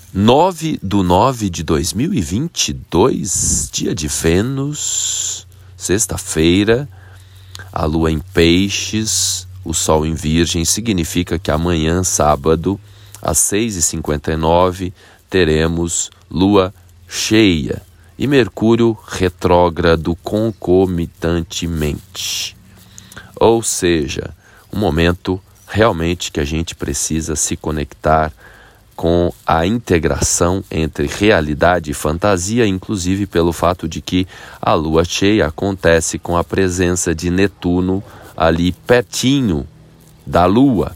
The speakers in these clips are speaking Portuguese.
9/9/2022, dia de Vênus, sexta-feira, a lua em Peixes, o sol em Virgem, significa que amanhã, sábado, às 6h59, teremos lua cheia e Mercúrio retrógrado concomitantemente. Ou seja, um momento realmente que a gente precisa se conectar com a integração entre realidade e fantasia, inclusive pelo fato de que a lua cheia acontece com a presença de Netuno ali pertinho da lua.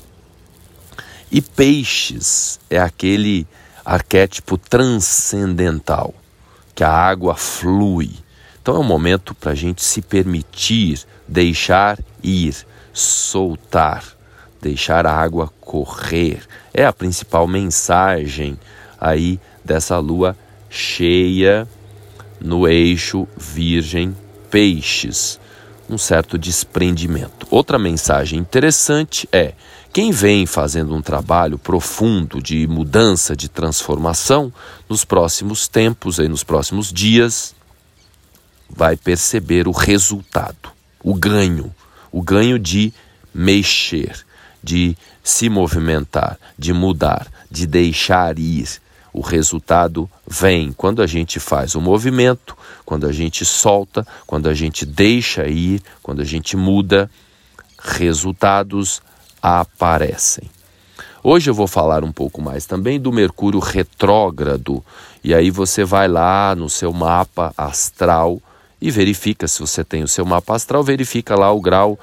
E Peixes é aquele arquétipo transcendental, que a água flui. Então é um momento para a gente se permitir, deixar ir, soltar, deixar a água correr. É a principal mensagem aí dessa lua cheia no eixo Virgem-Peixes. Um certo desprendimento. Outra mensagem interessante é: quem vem fazendo um trabalho profundo de mudança, de transformação, nos próximos tempos, aí nos próximos dias, vai perceber o resultado, o ganho de mexer, de se movimentar, de mudar, de deixar ir. O resultado vem quando a gente faz o movimento, quando a gente solta, quando a gente deixa ir, quando a gente muda, resultados aparecem. Hoje eu vou falar um pouco mais também do Mercúrio retrógrado, e aí você vai lá no seu mapa astral e verifica, se você tem o seu mapa astral, verifica lá o grau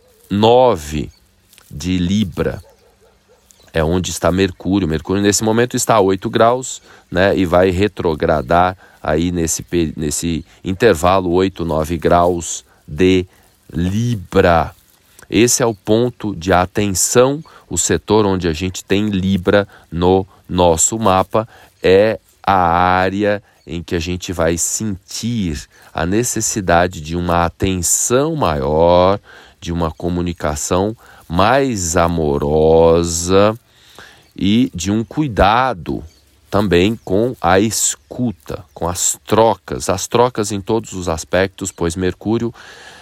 9 de Libra. É onde está Mercúrio. Mercúrio nesse momento está a 8 graus, né, e vai retrogradar aí nesse intervalo 8, 9 graus de Libra. Esse é o ponto de atenção, o setor onde a gente tem Libra no nosso mapa é a área em que a gente vai sentir a necessidade de uma atenção maior, de uma comunicação mais amorosa e de um cuidado também com a escuta, com as trocas em todos os aspectos, pois Mercúrio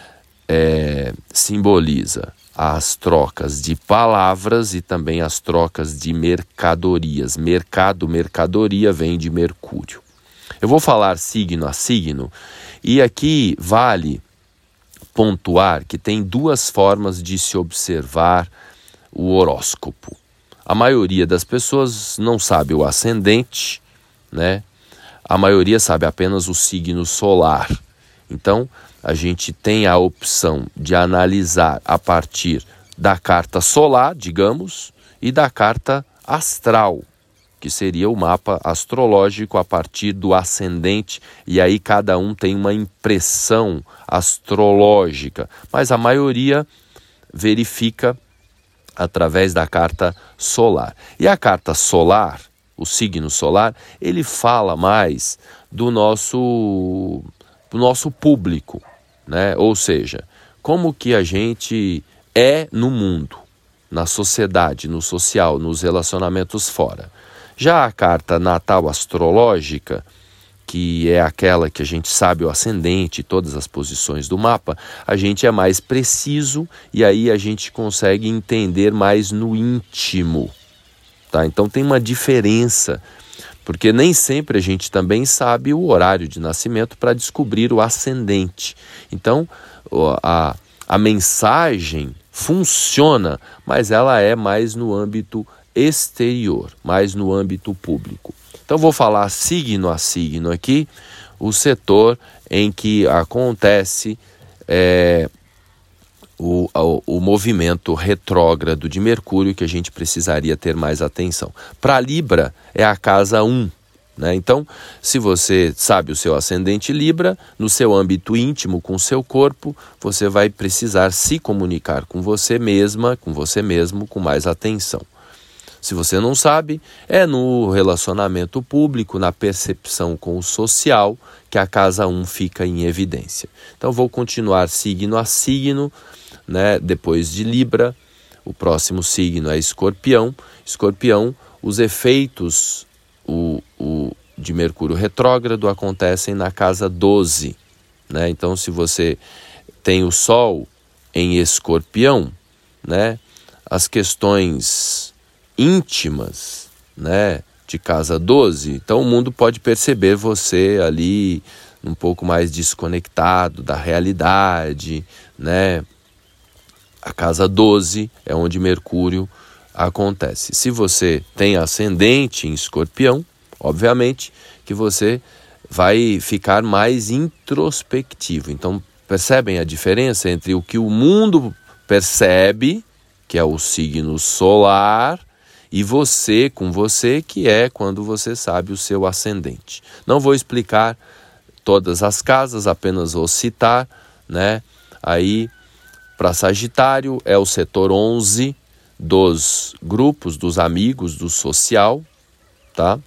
simboliza as trocas de palavras e também as trocas de mercadorias. Mercadoria vem de Mercúrio. Eu vou falar signo a signo e aqui vale pontuar que tem duas formas de se observar o horóscopo. A maioria das pessoas não sabe o ascendente, né? A maioria sabe apenas o signo solar. Então, a gente tem a opção de analisar a partir da carta solar, digamos, e da carta astral, que seria o mapa astrológico a partir do ascendente, e aí cada um tem uma impressão astrológica, mas a maioria verifica através da carta solar. E a carta solar, o signo solar, ele fala mais do nosso público, né? Ou seja, como que a gente é no mundo, na sociedade, no social, nos relacionamentos fora. Já a carta natal astrológica, que é aquela que a gente sabe o ascendente, todas as posições do mapa, a gente é mais preciso e aí a gente consegue entender mais no íntimo, tá? Então tem uma diferença, porque nem sempre a gente também sabe o horário de nascimento para descobrir o ascendente. Então a mensagem funciona, mas ela é mais no âmbito exterior, mais no âmbito público. Então vou falar signo a signo aqui, o setor em que acontece o movimento retrógrado de Mercúrio, que a gente precisaria ter mais atenção. Para Libra é a casa 1, né? Então, se você sabe o seu ascendente Libra, no seu âmbito íntimo, com o seu corpo, você vai precisar se comunicar com você mesma, com você mesmo, com mais atenção. Se você não sabe, é no relacionamento público, na percepção com o social, que a casa 1 fica em evidência. Então vou continuar signo a signo, né? Depois de Libra, o próximo signo é Escorpião. Escorpião, os efeitos de Mercúrio retrógrado acontecem na casa 12, né? Então, se você tem o Sol em Escorpião, né, as questões íntimas, né, de casa 12, então o mundo pode perceber você ali um pouco mais desconectado da realidade, né? A casa 12 é onde Mercúrio acontece. Se você tem ascendente em Escorpião, obviamente que você vai ficar mais introspectivo. Então, percebem a diferença entre o que o mundo percebe, que é o signo solar, e você com você, que é quando você sabe o seu ascendente. Não vou explicar todas as casas, apenas vou citar, né? Aí, para Sagitário, é o setor 11 dos grupos, dos amigos, do social, tá?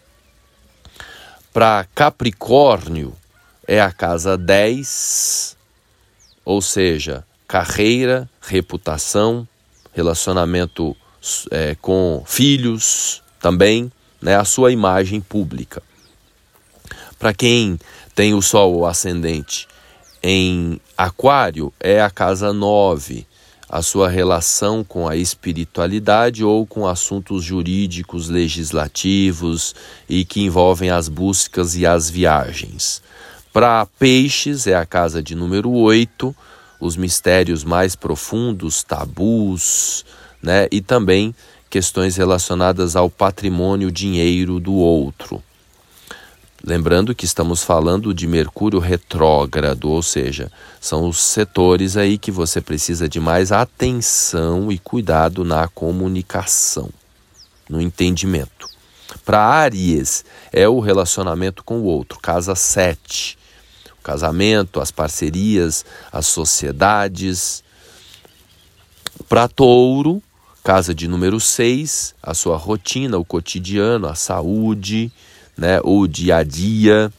Para Capricórnio, é a casa 10, ou seja, carreira, reputação, relacionamento com filhos também, né? A sua imagem pública. Para quem tem o Sol ou ascendente em Aquário, é a casa 9, a sua relação com a espiritualidade ou com assuntos jurídicos, legislativos e que envolvem as buscas e as viagens. Para Peixes, é a casa de número 8, os mistérios mais profundos, tabus, né? E também questões relacionadas ao patrimônio, dinheiro do outro. Lembrando que estamos falando de Mercúrio retrógrado, ou seja, são os setores aí que você precisa de mais atenção e cuidado na comunicação, no entendimento. Para Áries, é o relacionamento com o outro, casa 7. O casamento, as parcerias, as sociedades. Para Touro, casa de número 6, a sua rotina, o cotidiano, a saúde, né, o dia a dia.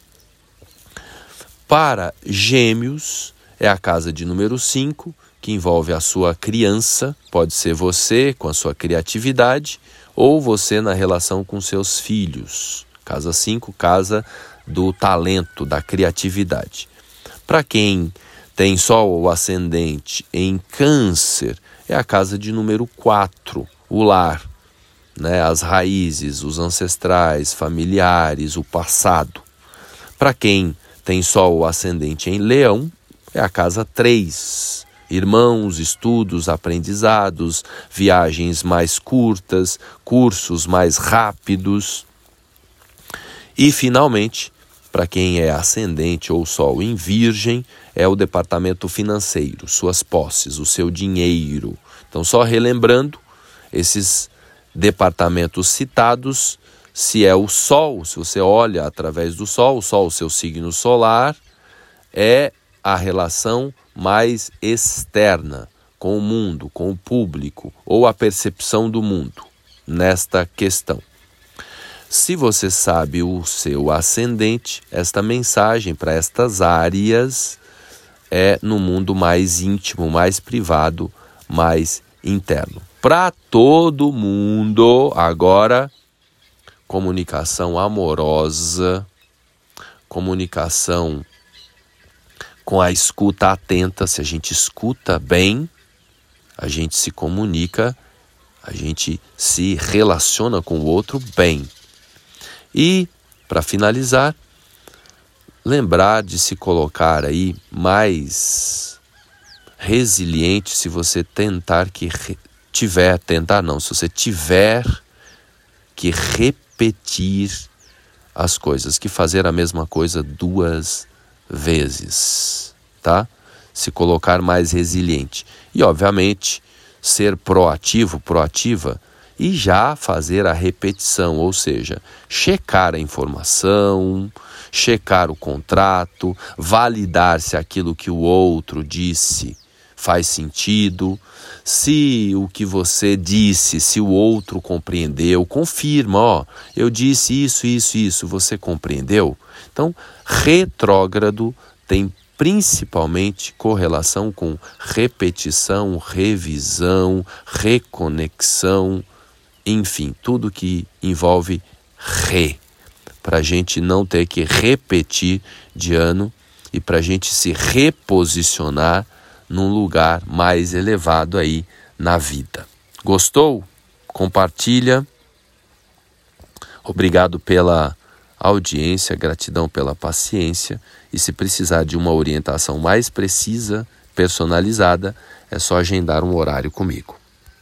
Para Gêmeos, é a casa de número 5, que envolve a sua criança, pode ser você com a sua criatividade, ou você na relação com seus filhos. Casa 5, casa do talento, da criatividade. Para quem tem Sol ou ascendente em Câncer, é a casa de número 4, o lar, né? As raízes, os ancestrais, familiares, o passado. Para quem tem Sol ou ascendente em Leão, é a casa 3, irmãos, estudos, aprendizados, viagens mais curtas, cursos mais rápidos. E, finalmente, para quem é ascendente ou Sol em Virgem, é o departamento financeiro, suas posses, o seu dinheiro. Então, só relembrando, esses departamentos citados, se é o Sol, se você olha através do Sol, o Sol, o seu signo solar, é a relação mais externa com o mundo, com o público, ou a percepção do mundo nesta questão. Se você sabe o seu ascendente, esta mensagem para estas áreas é no mundo mais íntimo, mais privado, mais interno. Para todo mundo, agora, comunicação amorosa, comunicação com a escuta atenta. Se a gente escuta bem, a gente se comunica, a gente se relaciona com o outro bem. E, para finalizar, lembrar de se colocar aí mais resiliente se você se você tiver que repetir as coisas, que fazer a mesma coisa 2 vezes, tá? Se colocar mais resiliente. E, obviamente, ser proativa, e já fazer a repetição, ou seja, checar a informação, checar o contrato, validar se aquilo que o outro disse faz sentido, se o que você disse, se o outro compreendeu, confirma, eu disse isso, você compreendeu? Então, retrógrado tem principalmente correlação com repetição, revisão, reconexão, enfim, tudo que envolve para a gente não ter que repetir de ano e para a gente se reposicionar num lugar mais elevado aí na vida. Gostou? Compartilha. Obrigado pela audiência, gratidão pela paciência. E se precisar de uma orientação mais precisa, personalizada, é só agendar um horário comigo.